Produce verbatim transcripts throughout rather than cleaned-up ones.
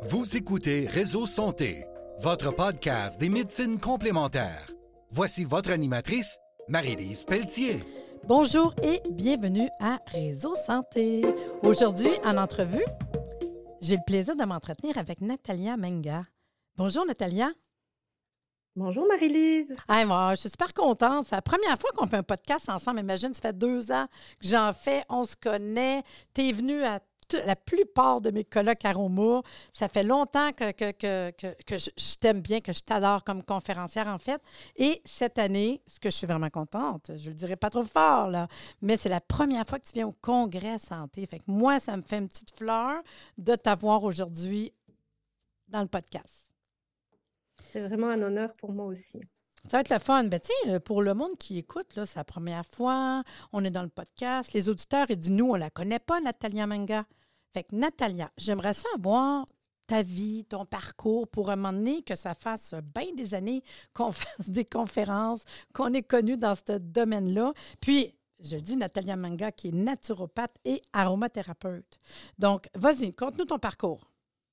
Vous écoutez Réseau Santé, votre podcast des médecines complémentaires. Voici votre animatrice, Marie-Lise Pelletier. Bonjour et bienvenue à Réseau Santé. Aujourd'hui, en entrevue, j'ai le plaisir de m'entretenir avec Natalia Menga. Bonjour Natalia. Bonjour Marie-Lise. Hey, moi, je suis super contente. C'est la première fois qu'on fait un podcast ensemble. Imagine, ça fait deux ans que j'en fais, on se connaît. Tu es venue à t- la plupart de mes colloques à Roma. Ça fait longtemps que, que, que, que, que je, je t'aime bien, que je t'adore comme conférencière, en fait. Et cette année, ce que je suis vraiment contente, je ne le dirai pas trop fort, là, mais c'est la première fois que tu viens au Congrès Santé. Fait que moi, ça me fait une petite fleur de t'avoir aujourd'hui dans le podcast. C'est vraiment un honneur pour moi aussi. Ça va être le fun. Ben, tu sais, pour le monde qui écoute, là, c'est la première fois, on est dans le podcast. Les auditeurs, ils disent, nous, on ne la connaît pas, Natalia Menga. Fait que, Natalia, j'aimerais savoir ta vie, ton parcours, pour un moment donné que ça fasse bien des années qu'on fasse des conférences, qu'on est connu dans ce domaine-là. Puis, je dis Natalia Menga, qui est naturopathe et aromathérapeute. Donc, vas-y, conte-nous ton parcours.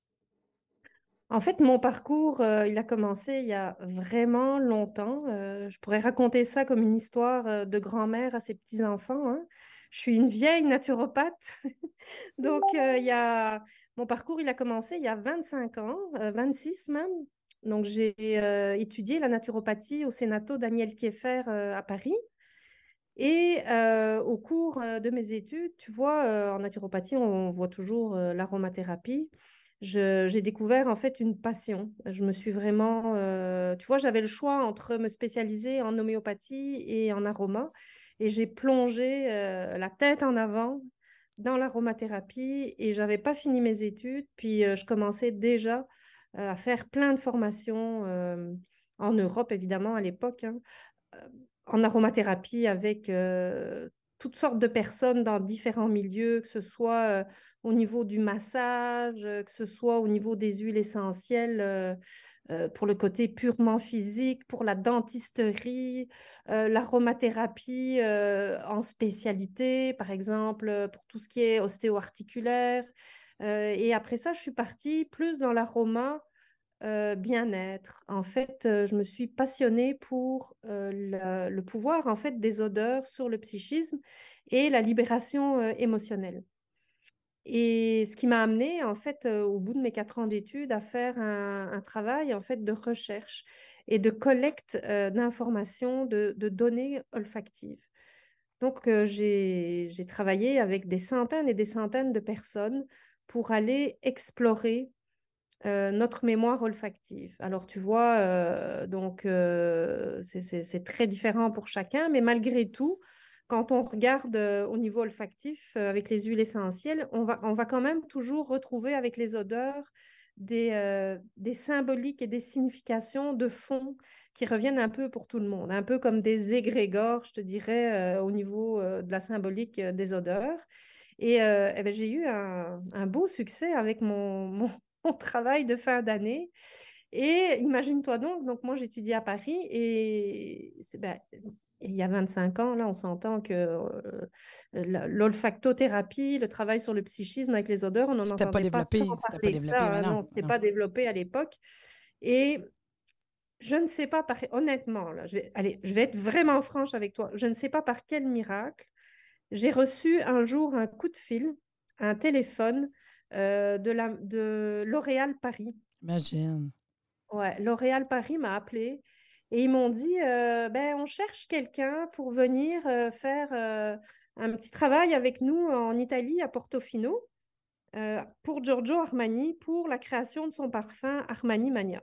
En fait, mon parcours, euh, il a commencé il y a vraiment longtemps. Euh, je pourrais raconter ça comme une histoire euh, de grand-mère à ses petits-enfants, hein. Je suis une vieille naturopathe. Donc, euh, il y a... mon parcours, il a commencé il y a vingt-cinq ans, euh, vingt-six même. Donc, j'ai euh, étudié la naturopathie au Sénato Daniel Kieffer euh, à Paris. Et euh, au cours euh, de mes études, tu vois, euh, en naturopathie, on voit toujours euh, l'aromathérapie. Je- j'ai découvert en fait une passion. Je me suis vraiment, euh, tu vois, j'avais le choix entre me spécialiser en homéopathie et en aroma. Et j'ai plongé euh, la tête en avant dans l'aromathérapie et j'avais pas fini mes études. Puis euh, je commençais déjà euh, à faire plein de formations euh, en Europe, évidemment, à l'époque, hein, en aromathérapie avec euh, toutes sortes de personnes dans différents milieux, que ce soit euh, au niveau du massage, euh, que ce soit au niveau des huiles essentielles euh, euh, pour le côté purement physique, pour la dentisterie, euh, l'aromathérapie euh, en spécialité, par exemple, euh, pour tout ce qui est ostéo-articulaire. Euh, et après ça, je suis partie plus dans l'aroma euh, bien-être. En fait, euh, je me suis passionnée pour euh, la- le pouvoir en fait des odeurs sur le psychisme et la libération euh, émotionnelle. Et ce qui m'a amenée en fait euh, au bout de mes quatre ans d'études à faire un, un travail en fait de recherche et de collecte euh, d'informations, de, de données olfactives. Donc, euh, j'ai, j'ai travaillé avec des centaines et des centaines de personnes pour aller explorer euh, notre mémoire olfactive. Alors, tu vois, euh, donc euh, c'est c'est- c'est très différent pour chacun, mais malgré tout, quand on regarde euh, au niveau olfactif euh, avec les huiles essentielles, on va, on va quand même toujours retrouver avec les odeurs des, euh, des symboliques et des significations de fond qui reviennent un peu pour tout le monde, un peu comme des égrégores, je te dirais, euh, au niveau euh, de la symbolique euh, des odeurs. Et, euh, eh ben, j'ai eu un, un beau succès avec mon, mon, mon travail de fin d'année. Et imagine-toi donc, donc moi j'étudie à Paris et c'est, ben, il y a vingt-cinq ans, là, on s'entend que euh, la- l'olfactothérapie, le travail sur le psychisme avec les odeurs, on n'en C'était pas entendait pas tant développé. C'était pas parler de ça, développé, mais hein. non. Non, Mais c'était non. pas développé à l'époque. Et je ne sais pas, par... honnêtement, là, je vais... Allez, je vais être vraiment franche avec toi. Je ne sais pas par quel miracle, j'ai reçu un jour un coup de fil, un téléphone euh, de la... de L'Oréal Paris. Imagine. Ouais, L'Oréal Paris m'a appelé et ils m'ont dit euh, ben, on cherche quelqu'un pour venir euh, faire euh, un petit travail avec nous en Italie, à Portofino, euh, pour Giorgio Armani, pour la création de son parfum Armani Mania.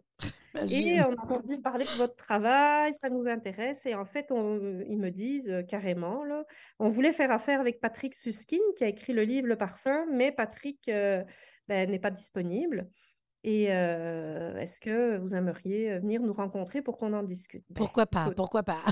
Et Imagine. on a entendu parler de votre travail, ça nous intéresse. Et en fait, on- ils me disent euh, carrément, là, on voulait faire affaire avec Patrick Susskind, qui a écrit le livre Le Parfum, mais Patrick euh, ben, n'est pas disponible. Et euh, est-ce que vous aimeriez venir nous rencontrer pour qu'on en discute? Ben, Pourquoi pas? écoute, Pourquoi pas?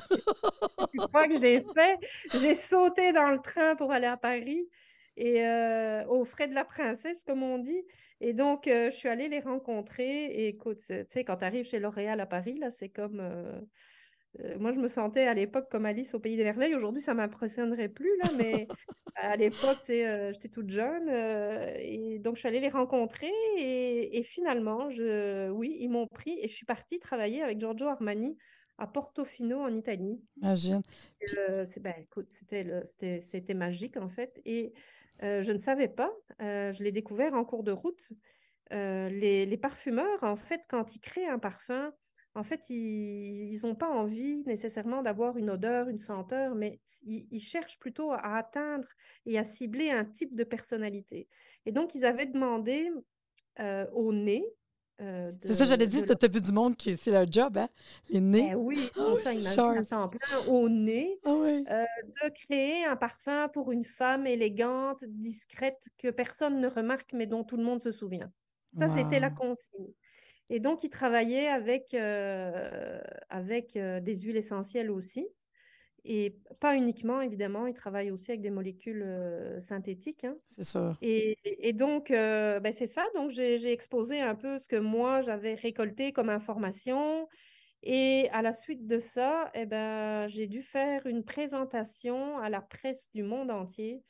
tu crois que j'ai fait? J'ai sauté dans le train pour aller à Paris et euh, aux frais de la princesse, comme on dit. Et donc, euh, je suis allée les rencontrer. Et écoute, tu sais, quand tu arrives chez L'Oréal à Paris, là, c'est comme, euh, Euh, moi, je me sentais à l'époque comme Alice au Pays des Merveilles. Aujourd'hui, ça ne m'impressionnerait plus, là, mais à l'époque, tu sais, euh, j'étais toute jeune. Euh, et donc, je suis allée les rencontrer. Et, et finalement, je, oui, ils m'ont pris. Et je suis partie travailler avec Giorgio Armani à Portofino, en Italie. Imagine. Puis, Euh, c'est, ben, écoute, c'était, le- c'était, c'était magique, en fait. Et euh, je ne savais pas. Euh, je l'ai découvert en cours de route. Euh, les, les parfumeurs, en fait, quand ils créent un parfum, en fait, ils n'ont pas envie nécessairement d'avoir une odeur, une senteur, mais ils, ils cherchent plutôt à atteindre et à cibler un type de personnalité. Et donc, ils avaient demandé euh, au nez euh, c'est ça, j'allais de, dire, de tu leur... as vu du monde qui c'est leur job, hein? Les nez. Ben oui, ils Ah font oui, ça, c'est imagine, à sharp. temps plein, au nez, Ah oui. euh, de créer un parfum pour une femme élégante, discrète, que personne ne remarque, mais dont tout le monde se souvient. Ça, c'était la Wow. consigne. Et donc, il travaillait avec, euh, avec euh, des huiles essentielles aussi. Et pas uniquement, évidemment, il travaille aussi avec des molécules euh, synthétiques, hein. C'est sûr. Et, et donc, euh, ben, c'est ça. Donc, j'ai, j'ai exposé un peu ce que moi, j'avais récolté comme information. Et à la suite de ça, eh ben, j'ai dû faire une présentation à la presse du monde entier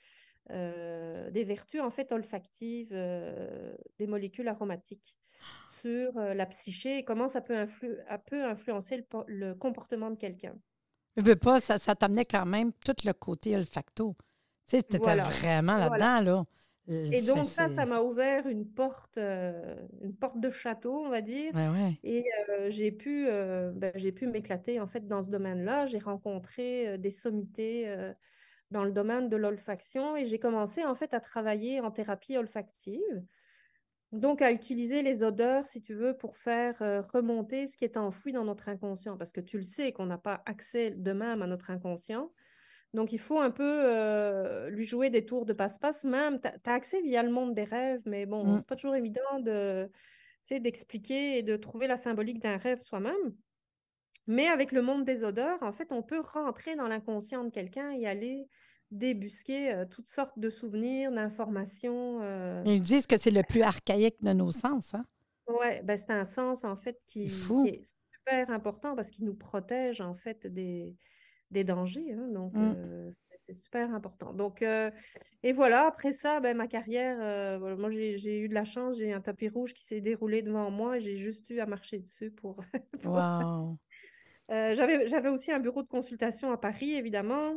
euh, des vertus en fait olfactives euh, des molécules aromatiques sur euh, la psyché et comment ça peut, influ- a- peut influencer le, po- le comportement de quelqu'un. Je veux pas, ça, ça t'amenait quand même tout le côté olfacto. Tu sais, tu étais Voilà, vraiment voilà. là-dedans, là. Euh, Et C'est, donc ça, c'est... ça m'a ouvert une porte, euh, une porte de château, on va dire. Ouais, ouais. Et euh, j'ai pu, euh, ben, j'ai pu m'éclater en fait dans ce domaine-là. J'ai rencontré euh, des sommités euh, dans le domaine de l'olfaction et j'ai commencé en fait à travailler en thérapie olfactive. Donc, à utiliser les odeurs, si tu veux, pour faire euh, remonter ce qui est enfoui dans notre inconscient. Parce que tu le sais qu'on n'a pas accès de même à notre inconscient. Donc, il faut un peu euh, lui jouer des tours de passe-passe. Même, tu as accès via le monde des rêves, mais bon, Mm. c'est pas toujours évident de, tu sais, d'expliquer et de trouver la symbolique d'un rêve soi-même. Mais avec le monde des odeurs, en fait, on peut rentrer dans l'inconscient de quelqu'un et aller débusquer euh, toutes sortes de souvenirs, d'informations. euh, Mais ils disent que c'est le plus archaïque de nos sens, hein? Ouais, ben, c'est un sens en fait C'est qui, qui fou. est super important parce qu'il nous protège en fait des, des dangers, hein. Donc, Mm. euh, c'est c'est super important. Donc, euh, et voilà, après ça, ben, ma carrière, euh, voilà, moi j'ai j'ai eu de la chance, j'ai un tapis rouge qui s'est déroulé devant moi et j'ai juste eu à marcher dessus pour... pour- Wow. Euh, j'avais, j'avais aussi un bureau de consultation à Paris, évidemment.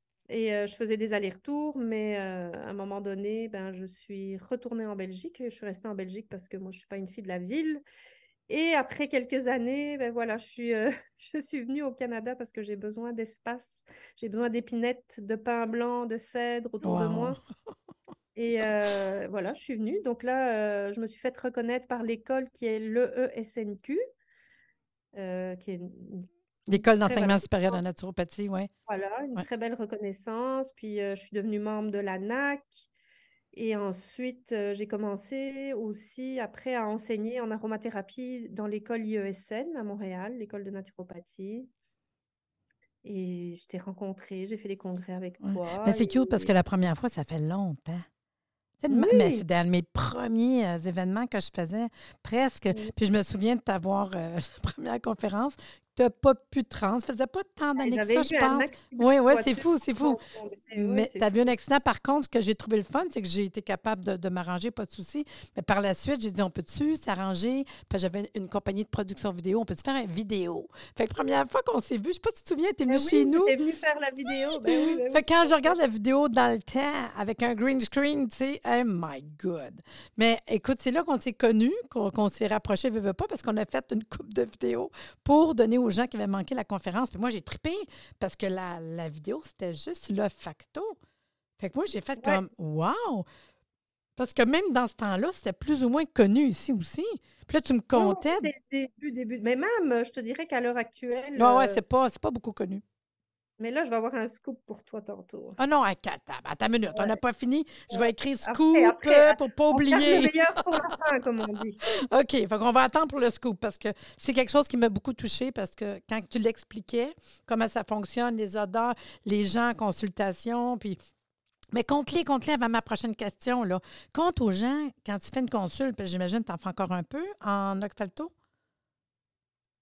Et euh, je faisais des allers-retours, mais euh, à un moment donné, ben, je suis retournée en Belgique. Je suis restée en Belgique parce que moi, je ne suis pas une fille de la ville. Et après quelques années, ben, voilà, je suis, euh, je suis venue au Canada parce que j'ai besoin d'espace. J'ai besoin d'épinettes, de pin blanc, de cèdre autour de Wow. moi. Et euh, voilà, je suis venue. Donc là, euh, je me suis fait reconnaître par l'école qui est l'E E S N Q, euh, qui est une, une L'école très valable. d'enseignement supérieur de naturopathie, oui. Voilà, une Ouais. très belle reconnaissance. Puis euh, je suis devenue membre de l'A N A C. Et ensuite, euh, j'ai commencé aussi après à enseigner en aromathérapie dans l'école I E S N à Montréal, l'école de naturopathie. Et je t'ai rencontré, j'ai fait des congrès avec Ouais. Mais toi. c'est cute parce que Et... la première fois, ça fait longtemps. C'est le- Mais Oui, c'est dans mes premiers euh, événements que je faisais, presque. oui. Puis je me souviens de t'avoir euh, la première conférence. Tu n'as pas pu te rendre. Ça faisait pas tant d'années que ça, J'avais je eu un pense. accident Oui, de oui, c'est voiture. fou, c'est fou. Oui, Mais c'est tu as vu un fou. accident. Par contre, ce que j'ai trouvé le fun, c'est que j'ai été capable de, de m'arranger, pas de souci. Mais par la suite, j'ai dit, on peut-tu s'arranger? Puis j'avais une compagnie de production vidéo. On peut-tu faire une vidéo? Fait que la première fois qu'on s'est vu, je sais pas si tu te souviens, tu es venu Ben chez oui, nous. j'étais venue faire la vidéo. Ben oui, ben Fait oui, que quand tout je à fait. regarde la vidéo dans le temps avec un green screen, tu sais, oh my God. Mais écoute, c'est là qu'on s'est connus, qu'on qu'on s'est rapprochés, veux, veux pas, parce qu'on a fait une coupe de vidéos pour donner aux gens qui avaient manqué la conférence. Puis moi, j'ai trippé parce que la, la vidéo, c'était juste le facto. Fait que moi, j'ai fait Ouais. comme wow! Parce que même dans ce temps-là, c'était plus ou moins connu ici aussi. Puis là, tu me Oui, oui, comptais. dès le début, début. Mais même, je te dirais qu'à l'heure actuelle, Ouais, ouais, euh, c'est pas, c'est pas beaucoup connu. mais là, je vais avoir un scoop pour toi tantôt. Ah non, attends, attends une minute, on n'a Ouais. pas fini. Je vais écrire Après, scoop après, euh, hein. pour pas On garde le oublier. meilleur pour la fin, comme on dit. OK, fait qu'on va attendre pour le scoop parce que c'est quelque chose qui m'a beaucoup touchée parce que quand tu l'expliquais, comment ça fonctionne, les odeurs, les gens en consultation, puis... Mais compte-les, compte-les avant ma prochaine question, là. Compte aux gens, quand tu fais une consulte, puis j'imagine que tu en fais encore un peu en Oxfalto?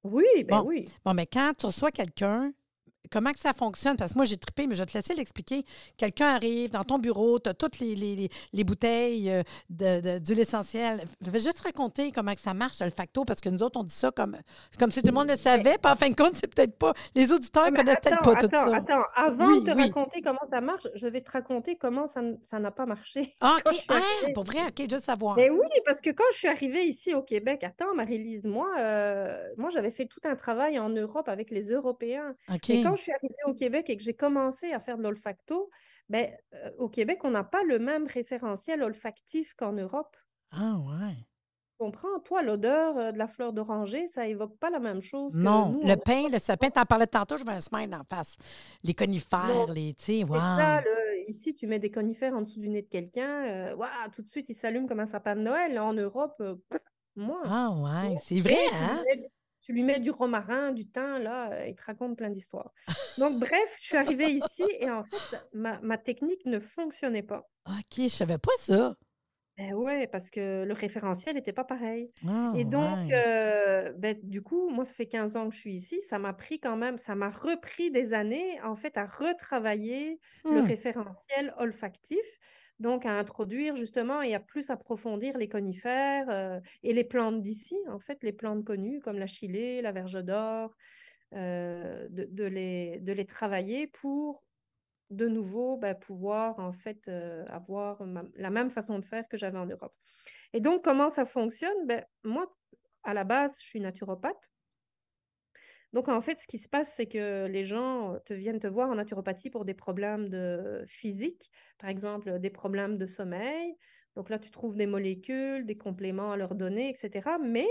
Oui, ben Bon, oui. bon, mais quand tu reçois quelqu'un, comment que ça fonctionne? Parce que moi, j'ai trippé, mais je vais te laisser l'expliquer. Quelqu'un arrive dans ton bureau, tu as toutes les, les, les- les bouteilles euh, de, de- d'huile essentielle. Je vais juste raconter comment que ça marche, le facto, parce que nous autres, on dit ça comme, comme si tout le monde le Mais, savait, puis en fin de compte, c'est peut-être pas. Les ah, auditeurs mais connaissent peut-être attends, pas tout attends, ça. attends. Avant de Oui, te oui. raconter comment ça marche, je vais te raconter comment ça, n- ça n'a pas marché Ah, quand OK. je suis Ah, arrivée. pour vrai, OK, juste savoir. Mais oui, parce que quand je suis arrivée ici au Québec, attends, Marie-Lise, moi, euh, moi j'avais fait tout un travail en Europe avec les Européens. Mais OK. quand je suis arrivée au Québec et que j'ai commencé à faire de l'olfacto, ben, euh, au Québec, on n'a pas le même référentiel olfactif qu'en Europe. Ah, ouais. Tu comprends? Toi, l'odeur euh, de la fleur d'oranger, ça évoque pas la même chose que Non, nous le en pain, le sapin, Europe. t'en parlais tantôt, je me un smile en face. Les Non, conifères, les, tu sais, c'est ça. wow. Le- Ici, tu mets des conifères en dessous du nez de quelqu'un, euh, ouah, tout de suite, il s'allume comme un sapin de Noël. En Europe, euh, moins. Ah, ouais, c'est vrai, Et tu lui hein? mets, tu lui mets du romarin, du thym, là, euh, il te raconte plein d'histoires. Donc, bref, je suis arrivée ici et en fait, ça- ma, ma technique ne fonctionnait pas. OK, je savais pas ça. Ben ouais, parce que le référentiel n'était pas pareil. Ah, Et donc, ouais. euh, ben, du coup, moi, ça fait quinze ans que je suis ici. Ça m'a pris quand même, ça m'a repris des années, en fait, à retravailler le Hmm. référentiel olfactif. Donc, à introduire justement et à plus approfondir les conifères euh, et les plantes d'ici, en fait, les plantes connues comme la chilée, la verge d'or, euh, de, de les, de les travailler pour de nouveau ben, pouvoir en fait euh, avoir ma- la même façon de faire que j'avais en Europe. Et donc, comment ça fonctionne? Ben, moi, à la base, je suis naturopathe. Donc, en fait, ce qui se passe, c'est que les gens te viennent te voir en naturopathie pour des problèmes de physique, par exemple, des problèmes de sommeil. Donc là, tu trouves des molécules, des compléments à leur donner, et cetera. Mais,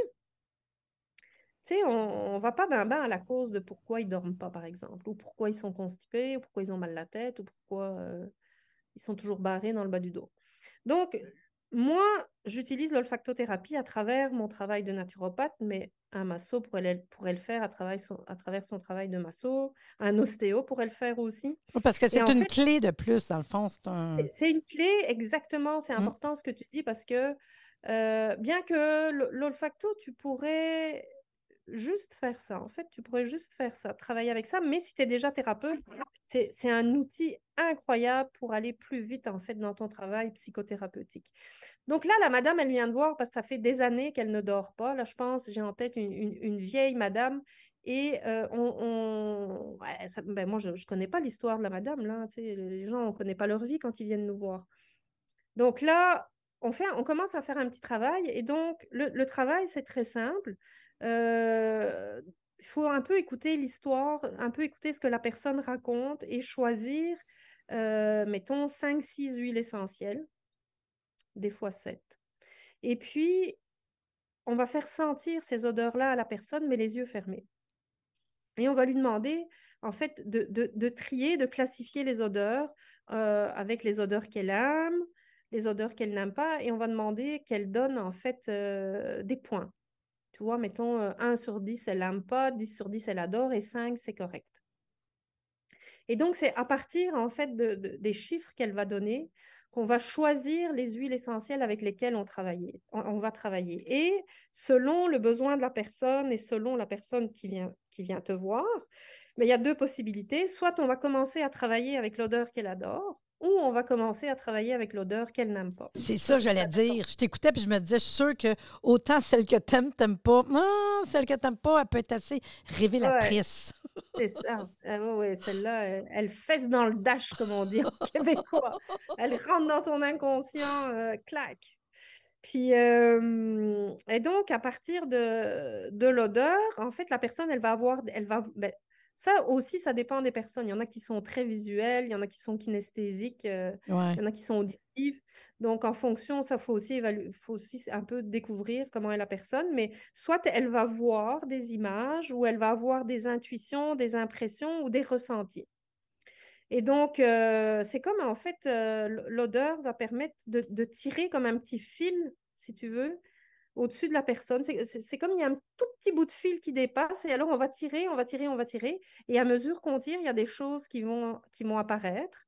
tu sais, on ne va pas ben, ben à la cause de pourquoi ils dorment pas, par exemple, ou pourquoi ils sont constipés, ou pourquoi ils ont mal à la tête, ou pourquoi euh, ils sont toujours barrés dans le bas du dos. Donc, moi, j'utilise l'olfactothérapie à travers mon travail de naturopathe, mais un masso pourrait le, pourrait le faire à travers, son, à travers son travail de masso, un ostéo pourrait le faire aussi. Oui, parce que Et c'est en une fait, clé de plus, dans le fond. C'est un. c'est une clé, exactement, c'est Hmm. important ce que tu dis, parce que euh, bien que l- l'olfacto, tu pourrais juste faire ça. En fait, tu pourrais juste faire ça, travailler avec ça. Mais si tu es déjà thérapeute, c'est, c'est un outil incroyable pour aller plus vite, en fait, dans ton travail psychothérapeutique. Donc là, la madame, elle vient de voir parce que ça fait des années qu'elle ne dort pas. Là, je pense, j'ai en tête une, une- une vieille madame. Et euh, on, on- ouais, ça- ben, moi, je ne connais pas l'histoire de la madame. Là, tu sais, les gens, on ne connaît pas leur vie quand ils viennent nous voir. Donc là, on fait, on commence à faire un petit travail. Et donc, le, le travail, c'est très simple. Euh, Il faut un peu écouter l'histoire, un peu écouter ce que la personne raconte et choisir, euh, mettons, cinq, six huiles essentielles, des fois sept. Et puis, on va faire sentir ces odeurs-là à la personne, mais les yeux fermés. Et on va lui demander, en fait, de, de- de trier, de classifier les odeurs euh, avec les odeurs qu'elle aime, les odeurs qu'elle n'aime pas, et on va demander qu'elle donne, en fait, euh, des points. Tu vois, mettons, euh, un sur dix, elle n'aime pas, dix sur dix, elle adore, et cinq, c'est correct. Et donc, c'est à partir, en fait, de, de- des chiffres qu'elle va donner qu'on va choisir les huiles essentielles avec lesquelles on, travailler, on, on va travailler. Et selon le besoin de la personne et selon la personne qui vient, qui vient te voir, mais il y a deux possibilités. Soit on va commencer à travailler avec l'odeur qu'elle adore, ou on va commencer à travailler avec l'odeur qu'elle n'aime pas. C'est Ça, ça, c'est j'allais ça, d'accord. dire. Je t'écoutais puis je me disais, je suis sûre que autant celle que t'aimes, t'aimes pas. Ah, celle que t'aimes pas, elle peut être assez Ouais, révélatrice. c'est ça. Ah ouais, ouais, celle-là, elle, elle fesse dans le dash, comme on dit en québécois. Elle rentre dans ton inconscient, euh, clac. Puis, euh, et donc, à partir de, de l'odeur, en fait, la personne, elle va avoir, elle va, ben, ça aussi, ça dépend des personnes. Il y en a qui sont très visuelles, il y en a qui sont kinesthésiques, euh, il Ouais. y en a qui sont auditives. Donc, en fonction, ça, faut aussi évaluer, faut aussi un peu découvrir comment est la personne. Mais soit elle va voir des images, ou elle va avoir des intuitions, des impressions ou des ressentis. Et donc, euh, c'est comme en fait, euh, l'odeur va permettre de, de tirer comme un petit fil, si tu veux, au-dessus de la personne. C'est c'est- c'est comme il y a un tout petit bout de fil qui dépasse, et alors on va tirer, on va tirer, on va tirer. Et à mesure qu'on tire, il y a des choses qui vont, qui vont apparaître.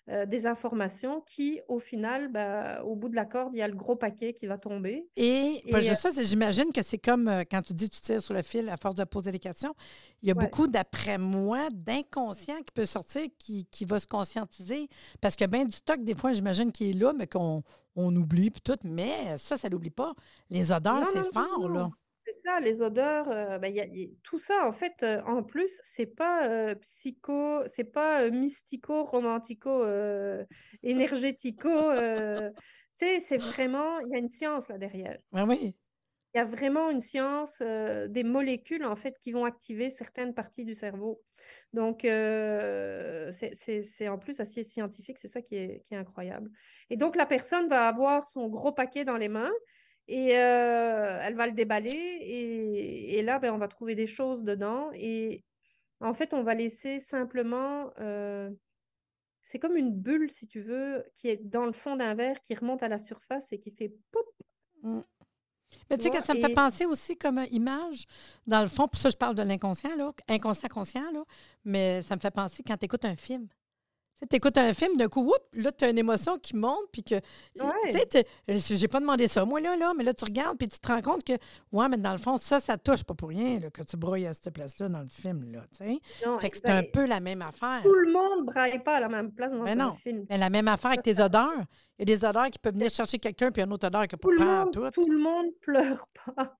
euh, des informations qui, au final, ben, au bout de la corde, il y a le gros paquet qui va tomber. Et, pas Et, juste ça, c'est- j'imagine que c'est comme euh, quand tu dis tu tires sur le fil à force de poser des questions. Il y a ouais. beaucoup, d'après moi, d'inconscient qui peut sortir, qui, qui va se conscientiser. Parce que bien du stock, des fois, j'imagine qu'il est là, mais qu'on on oublie, puis tout. Mais ça, ça l'oublie pas. Les odeurs, Non, c'est non, non, fort, non. là. C'est ça, les odeurs, euh, ben, y a- y a- tout ça, en fait, euh, en plus, c'est pas euh, psycho, c'est pas euh, mystico, romantico, euh, énergético. euh, tu sais, c'est vraiment, il y a une science là derrière. Oui, oui. Il y a vraiment une science euh, des molécules, en fait, qui vont activer certaines parties du cerveau. Donc, euh, c'est c'est- c'est en plus assez scientifique, c'est ça qui est, qui est incroyable. Et donc, la personne va avoir son gros paquet dans les mains et euh, elle va le déballer et, et là, ben, on va trouver des choses dedans. Et en fait, on va laisser simplement... euh, c'est comme une bulle, si tu veux, qui est dans le fond d'un verre, qui remonte à la surface et qui fait poup, Mm. Mais tu tu sais que vois. ça me fait Et penser aussi comme euh, image, dans le fond, pour ça, je parle de l'inconscient, là, inconscient-conscient, là, mais ça me fait penser quand tu écoutes un film. Tu écoutes un film, d'un coup, whoop, là, tu as une émotion qui monte, puis que, tu sais, ouais. t'es- j'ai pas demandé ça, moi, là, là, mais là, tu regardes, puis tu te rends compte que, ouais, mais dans le fond, ça, ça touche pas pour rien, là, que tu brouilles à cette place-là dans le film, là, tu sais. Non, Fait que c'est un exact. peu la même affaire. Tout le monde braille pas à la même place Mais dans un non. film. Mais la même affaire avec Ça, tes ça- odeurs. Il y a des odeurs qui peuvent venir chercher quelqu'un, puis une autre odeur qui n'a pas Tout le pas monde, tout. tout le monde pleure pas.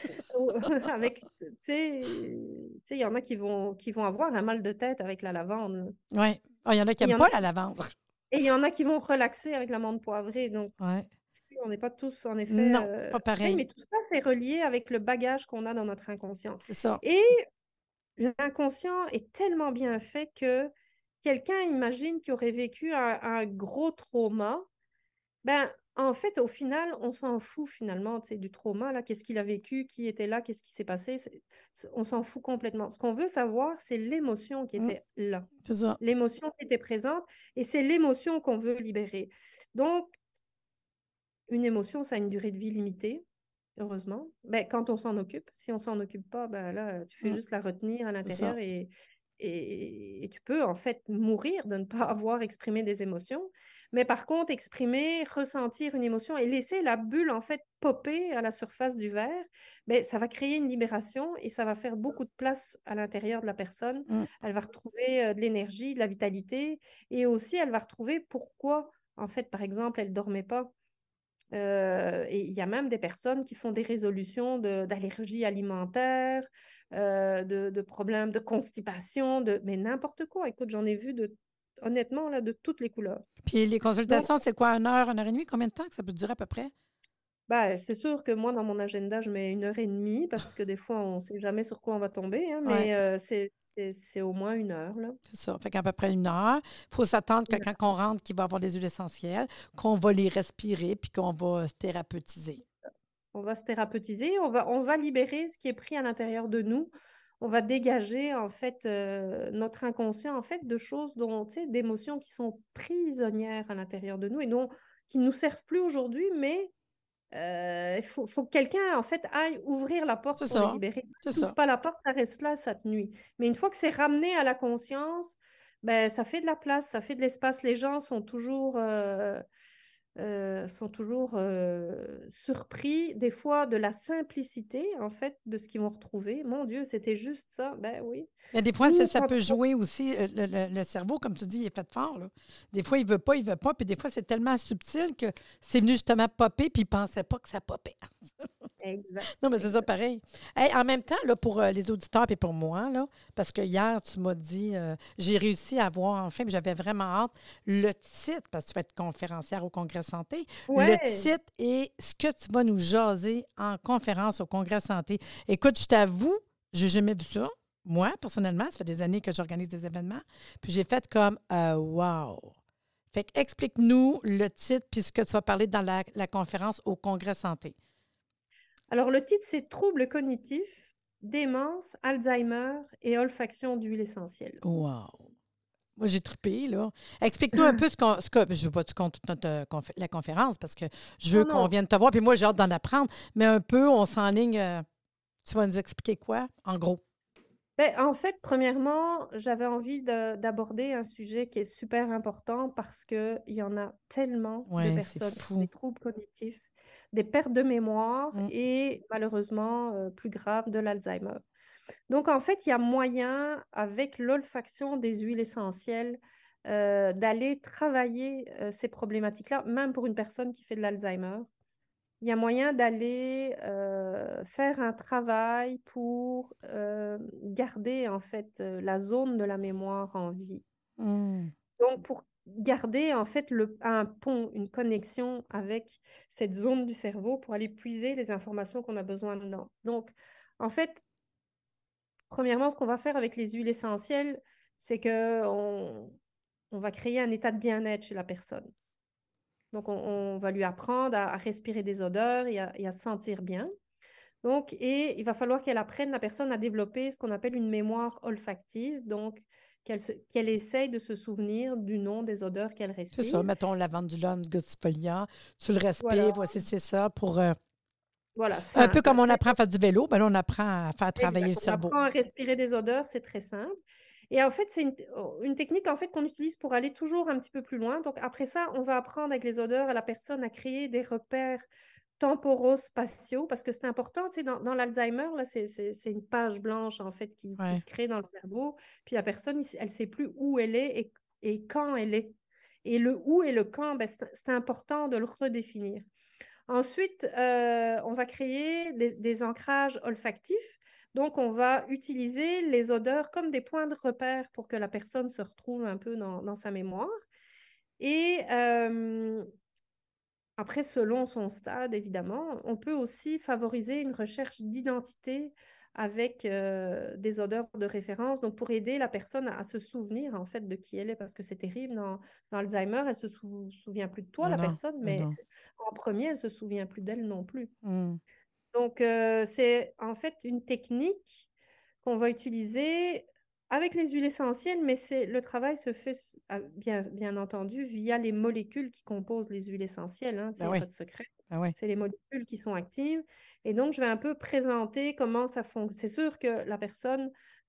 Avec, tu sais, tu sais, il y en a qui vont, qui vont avoir un mal de tête avec la lavande. Oui. Ah, il y en a qui Il y n'aiment en a pas la qui- lavande. Et il y en a qui vont relaxer avec l'amande poivrée. Donc, Oui. tu sais, on n'est pas tous, en effet, Non, euh, pas pareil, pareil. mais tout ça, c'est relié avec le bagage qu'on a dans notre inconscient. C'est ça. Et l'inconscient est tellement bien fait que quelqu'un imagine qui aurait vécu un, un gros trauma. Ben, en fait, au final, on s'en fout finalement, tu sais, du trauma, là, qu'est-ce qu'il a vécu, qui était là, qu'est-ce qui s'est passé, c'est- c'est- on s'en fout complètement. Ce qu'on veut savoir, c'est l'émotion qui Mm, était là, c'est ça. l'émotion qui était présente, et c'est l'émotion qu'on veut libérer. Donc, une émotion, ça a une durée de vie limitée, heureusement. Ben, quand on s'en occupe, si on s'en occupe pas, ben là, tu fais Mm, juste la retenir à c'est ça. l'intérieur et, et, et tu peux en fait mourir de ne pas avoir exprimé des émotions. Mais par contre, exprimer, ressentir une émotion et laisser la bulle en fait popper à la surface du verre, ben, ça va créer une libération et ça va faire beaucoup de place à l'intérieur de la personne. Mm. Elle va retrouver euh, de l'énergie, de la vitalité et aussi elle va retrouver pourquoi, en fait, par exemple, elle dormait pas. Euh, et il y a même des personnes qui font des résolutions de- d'allergies alimentaires, euh, de, de problèmes de constipation, de, mais n'importe quoi. Écoute, j'en ai vu de, honnêtement, là, de toutes les couleurs. Puis les Donc, consultations, c'est quoi, une heure, une heure et demie? Combien de temps que ça peut durer à peu près? bah, c'est sûr que moi, dans mon agenda, je mets une heure et demie parce que des fois, on ne sait jamais sur quoi on va tomber, hein, Oui, mais euh, c'est, c'est, c'est au moins une heure, là. c'est ça. Fait qu'à peu près une heure. Il faut s'attendre que Une quand heure. on rentre, qu'il va y avoir des huiles essentielles, qu'on va les respirer, puis qu'on va se thérapeutiser. On va se thérapeutiser, on va, on va libérer ce qui est pris à l'intérieur de nous. On va dégager en fait euh, notre inconscient en fait de choses dont, tu sais, d'émotions qui sont prisonnières à l'intérieur de nous et dont, qui ne nous servent plus aujourd'hui, mais euh, il faut, faut que quelqu'un en fait aille ouvrir la porte C'est pour les ça. libérer. C'est Tu n'ouvres ça. pas la porte, ça reste là, ça te nuit. Mais une fois que c'est ramené à la conscience, ben, ça fait de la place, ça fait de l'espace. Les gens sont toujours, euh, euh, sont toujours euh, surpris des fois de la simplicité en fait de ce qu'ils vont retrouver. Mon Dieu, c'était juste ça. Ben oui. Mais des fois, ça, Ou ça quand peut jouer aussi. euh, Le, le- le cerveau, comme tu dis, il est fait fort. Là. Des fois, il veut pas, il veut pas. Puis des fois, c'est tellement subtil que c'est venu justement popper, puis il pensait pas que ça popait. exact, Non, mais c'est ça exact. pareil. Hey, en même temps, là, pour euh, les auditeurs et pour moi, là, parce que hier, tu m'as dit, euh, j'ai réussi à voir enfin, puis j'avais vraiment hâte, le titre, parce que tu vas être conférencière au Congrès Santé, le Ouais. titre est ce que tu vas nous jaser en conférence au Congrès Santé. Écoute, je t'avoue, j'ai jamais vu ça. Moi, personnellement, ça fait des années que j'organise des événements, puis j'ai fait comme euh, wow! Fait que explique-nous le titre puis ce que tu vas parler dans la, la conférence au Congrès Santé. Alors le titre c'est Troubles cognitifs, démence, Alzheimer et olfaction d'huile essentielle. Wow! Moi, j'ai trippé, là. Explique-nous un peu ce qu'on. Ce que, je ne veux pas que tu comptes toute notre, euh, confé- la conférence parce que je veux Non, qu'on non. vienne te voir, puis moi, j'ai hâte d'en apprendre, mais un peu, on s'enligne. euh, tu vas nous expliquer quoi, en gros? Ben, en fait, premièrement, j'avais envie de- d'aborder un sujet qui est super important parce qu'il y en a tellement de Ouais, c'est personnes qui ont des fou. troubles cognitifs, des pertes de mémoire Mm. et malheureusement, euh, plus grave, de l'Alzheimer. Donc, en fait, il y a moyen, avec l'olfaction des huiles essentielles, euh, d'aller travailler euh, ces problématiques-là, même pour une personne qui fait de l'Alzheimer. Il y a moyen d'aller euh, faire un travail pour euh, garder en fait euh, la zone de la mémoire en vie. Mm. Donc, pour garder en fait le, un pont, une connexion avec cette zone du cerveau pour aller puiser les informations qu'on a besoin dedans. Donc, en fait, premièrement, ce qu'on va faire avec les huiles essentielles, c'est que on, on va créer un état de bien-être chez la personne. Donc, on, on va lui apprendre à, à respirer des odeurs et à, et à se sentir bien. Donc, et il va falloir qu'elle apprenne, la personne, à développer ce qu'on appelle une mémoire olfactive, donc qu'elle se- qu'elle essaye de se souvenir du nom des odeurs qu'elle C'est ça, respire. mettons lavandula, gossyplia, tu le respires, Voilà, voici, c'est ça, pour... euh, voilà, un peu simple. comme Tu on sais, apprend à faire du vélo, ben là, on apprend à faire travailler le exact. On cerveau. apprend à respirer des odeurs, c'est très simple. Et en fait, c'est une, une technique en fait qu'on utilise pour aller toujours un petit peu plus loin. Donc après ça, on va apprendre avec les odeurs à la personne à créer des repères temporospatiaux, parce que c'est important, tu sais, dans, dans l'Alzheimer, là, c'est, c'est, c'est une page blanche, en fait, qui, qui Ouais. se crée dans le cerveau, puis la personne, il- elle ne sait plus où elle est et, et quand elle est. Et le où et le quand, ben, c'est, c'est important de le redéfinir. Ensuite, euh, on va créer des, des ancrages olfactifs. Donc, on va utiliser les odeurs comme des points de repère pour que la personne se retrouve un peu dans, dans sa mémoire. Et euh, après, selon son stade, évidemment, on peut aussi favoriser une recherche d'identité avec euh, des odeurs de référence, donc pour aider la personne à, à se souvenir en fait de qui elle est, parce que c'est terrible, dans, dans Alzheimer, elle se sou- souvient plus de toi, Non, la non, personne, non, mais non. en premier, elle se souvient plus d'elle non plus. Mm. Donc, euh, c'est en fait une technique qu'on va utiliser avec les huiles essentielles, mais c'est, le travail se fait, ah, bien, bien entendu, via les molécules qui composent les huiles essentielles. Hein, il Ben n'y a oui, pas de secret. ben oui. C'est les molécules qui sont actives. Et donc, je vais un peu présenter comment ça fonctionne. C'est sûr que la personne,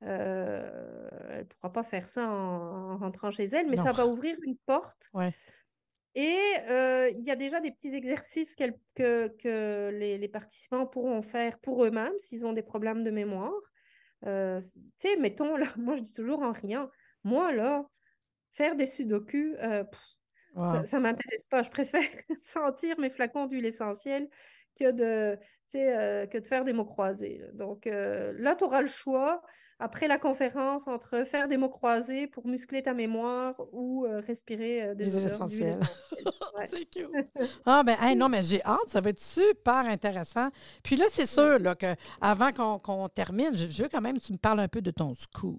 euh, elle ne pourra pas faire ça en, en rentrant chez elle, mais Non. ça va ouvrir une porte Ouais. et euh, il y a déjà des petits exercices qu'elle- que, que les, les participants pourront faire pour eux-mêmes s'ils ont des problèmes de mémoire. Euh, tu sais, mettons, là, moi je dis toujours en riant, moi là, faire des sudoku, euh, pff, ça Wow. ne m'intéresse pas. Je préfère sentir mes flacons d'huile essentielle que de, tu sais, euh, que de faire des mots croisés. Là. Donc euh, là, tu auras le choix après la conférence entre faire des mots croisés pour muscler ta mémoire ou euh, respirer euh, des Les huiles odeurs d'huile essentielles. essentielle. Ouais. C'est cute. Ah, ben, hey, non, mais j'ai hâte. Ça va être super intéressant. Puis là, c'est Ouais. sûr là, que avant qu'on qu'on termine, je, je veux quand même que tu me parles un peu de ton scoop.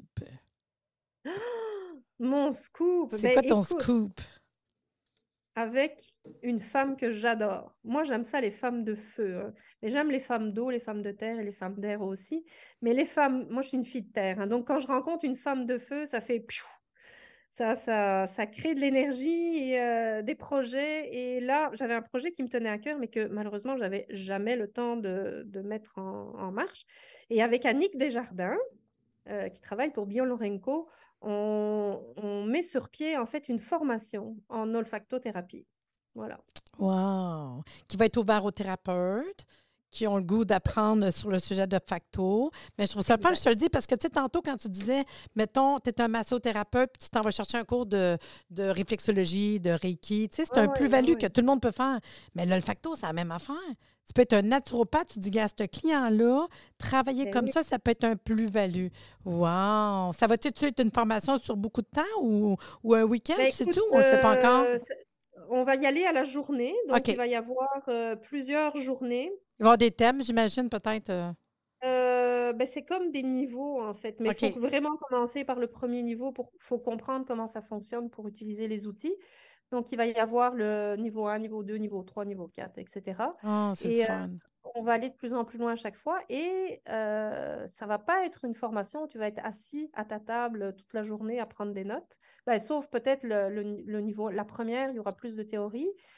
Mon scoop, C'est ben quoi ton écoute, scoop? avec une femme que j'adore. Moi, j'aime ça, les femmes de feu. Hein. Mais j'aime les femmes d'eau, les femmes de terre et les femmes d'air aussi. Mais les femmes, moi, je suis une fille de terre. Hein. Donc, quand je rencontre une femme de feu, ça fait pfiou. Ça, ça, ça crée de l'énergie et euh, des projets. Et là, j'avais un projet qui me tenait à cœur, mais que malheureusement, j'avais jamais le temps de, de mettre en, en marche. Et avec Annick Desjardins, euh, qui travaille pour Biolorenco, on, on met sur pied en fait une formation en olfactothérapie. Voilà. Wow! Qui va être ouvert aux thérapeutes qui ont le goût d'apprendre sur le sujet de facto. Mais je trouve ça le fun, je Exact. te le dis, parce que, tu sais, tantôt, quand tu disais, mettons, tu es un massothérapeute, puis tu t'en vas chercher un cours de, de réflexologie, de Reiki, tu sais, c'est Ah un ouais, ah plus-value que ouais. tout le monde peut faire. Mais là, le facto, c'est la même affaire. Tu peux être un naturopathe, tu dis, gars, ce client-là, travailler Ben comme oui. ça, ça peut être un plus-value. Wow! Ça va-tu être une formation sur beaucoup de temps ou, ou un week-end, Ben tu sais écoute, tout, ou on ne le sait pas encore? euh, c'est- on va y aller à la journée. Donc, il OK. va y avoir euh, plusieurs journées. Il va y avoir des thèmes, j'imagine, peut-être. euh, Euh, ben, c'est comme des niveaux, en fait. Mais il faut OK. vraiment commencer par le premier niveau pour faut comprendre comment ça fonctionne pour utiliser les outils. Donc, il va y avoir le niveau un, niveau deux, niveau trois, niveau quatre, et cetera. Ah, c'est le Et euh, fun. on va aller de plus en plus loin à chaque fois. Et euh, ça va pas être une formation où tu vas être assis à ta table toute la journée à prendre des notes. Ben, sauf peut-être le, le- le niveau, la première, il y aura plus de théorie.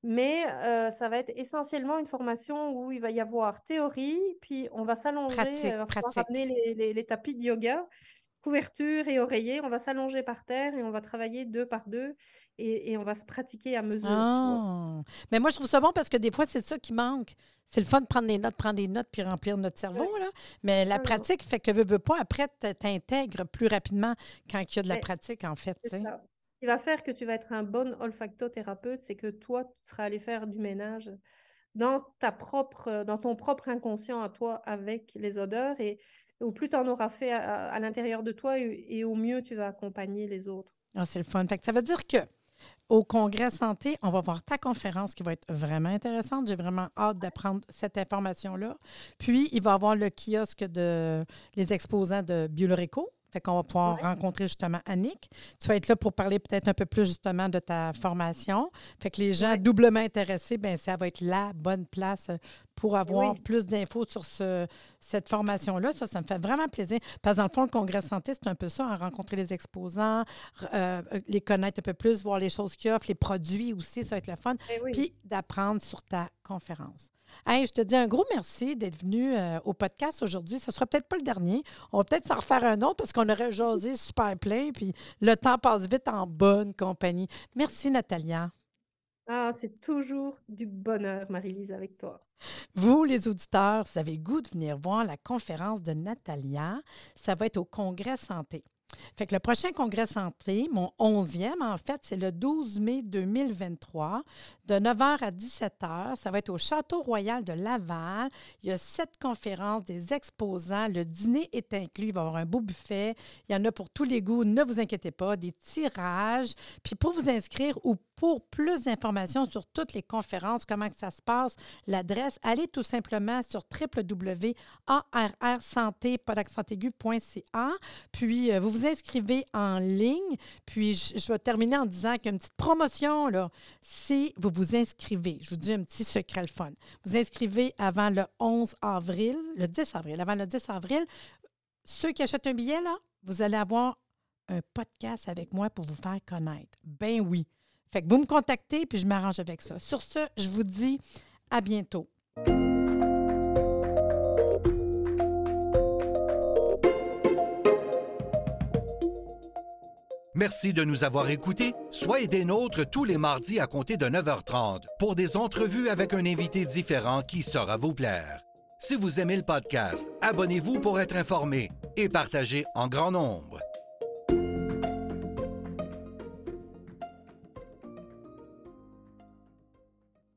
Mais euh, ça va être essentiellement une formation où il va y avoir théorie, puis on va s'allonger, Pratique, euh, il va falloir pratique. ramener les, les- les tapis de yoga, couverture et oreiller, on va s'allonger par terre et on va travailler deux par deux et, et on va se pratiquer à mesure, tu vois. Ah! Mais moi, je trouve ça bon parce que des fois, c'est ça qui manque. C'est le fun de prendre des notes, prendre des notes puis remplir notre cerveau, Ouais. là. Mais la Non, non, pratique fait que, veux, veux pas, après, tu t'intègres plus rapidement quand il y a de la mais pratique, en fait, tu c'est sais. ça. Ce qui va faire que tu vas être un bon olfactothérapeute, c'est que toi, tu seras allé faire du ménage dans ta propre, dans ton propre inconscient à toi avec les odeurs et au plus tu en auras fait à, à l'intérieur de toi et, et au mieux tu vas accompagner les autres. Ah, c'est le fun. Fait que ça veut dire que au Congrès Santé, on va voir ta conférence qui va être vraiment intéressante. J'ai vraiment hâte d'apprendre cette information-là. Puis, il va y avoir le kiosque de les exposants de Bioloreco. Fait qu'on va pouvoir Ouais. rencontrer justement Annick. Tu vas être là pour parler peut-être un peu plus justement de ta formation. Fait que les gens Ouais. doublement intéressés, bien, ça va être la bonne place pour avoir Oui. plus d'infos sur ce, cette formation-là. Ça, ça me fait vraiment plaisir. Parce que dans le fond, le Congrès Santé, c'est un peu ça, hein, rencontrer les exposants, euh, les connaître un peu plus, voir les choses qu'ils offrent, les produits aussi, ça va être le fun. Eh oui. Puis d'apprendre sur ta conférence. Hey, je te dis un gros merci d'être venu euh, au podcast aujourd'hui. Ce ne sera peut-être pas le dernier. On va peut-être s'en refaire un autre parce qu'on aurait jasé super plein. Puis le temps passe vite en bonne compagnie. Merci, Natalia. Ah, c'est toujours du bonheur, Marie-Lise, avec toi. Vous, les auditeurs, vous avez le goût de venir voir la conférence de Natalia. Ça va être au Congrès Santé. Fait que le prochain Congrès Santé, mon onzième, en fait, c'est le douze mai deux mille vingt-trois, de neuf heures à dix-sept heures. Ça va être au Château Royal de Laval. Il y a sept conférences, des exposants. Le dîner est inclus. Il va y avoir un beau buffet. Il y en a pour tous les goûts. Ne vous inquiétez pas. Des tirages. Puis pour vous inscrire ou pour plus d'informations sur toutes les conférences, comment que ça se passe, l'adresse, allez tout simplement sur w w w point a r r santé point c a. Puis, euh, vous vous inscrivez en ligne. Puis, je, je vais terminer en disant qu'il y a une petite promotion, là. Si vous vous inscrivez, je vous dis un petit secret le fun. Vous inscrivez avant le onze avril, le dix avril, avant le dix avril. Ceux qui achètent un billet, là, vous allez avoir un podcast avec moi pour vous faire connaître. Ben oui. Fait que vous me contactez, puis je m'arrange avec ça. Sur ce, je vous dis à bientôt. Merci de nous avoir écoutés. Soyez des nôtres tous les mardis à compter de neuf heures trente pour des entrevues avec un invité différent qui saura vous plaire. Si vous aimez le podcast, abonnez-vous pour être informé et partagez en grand nombre.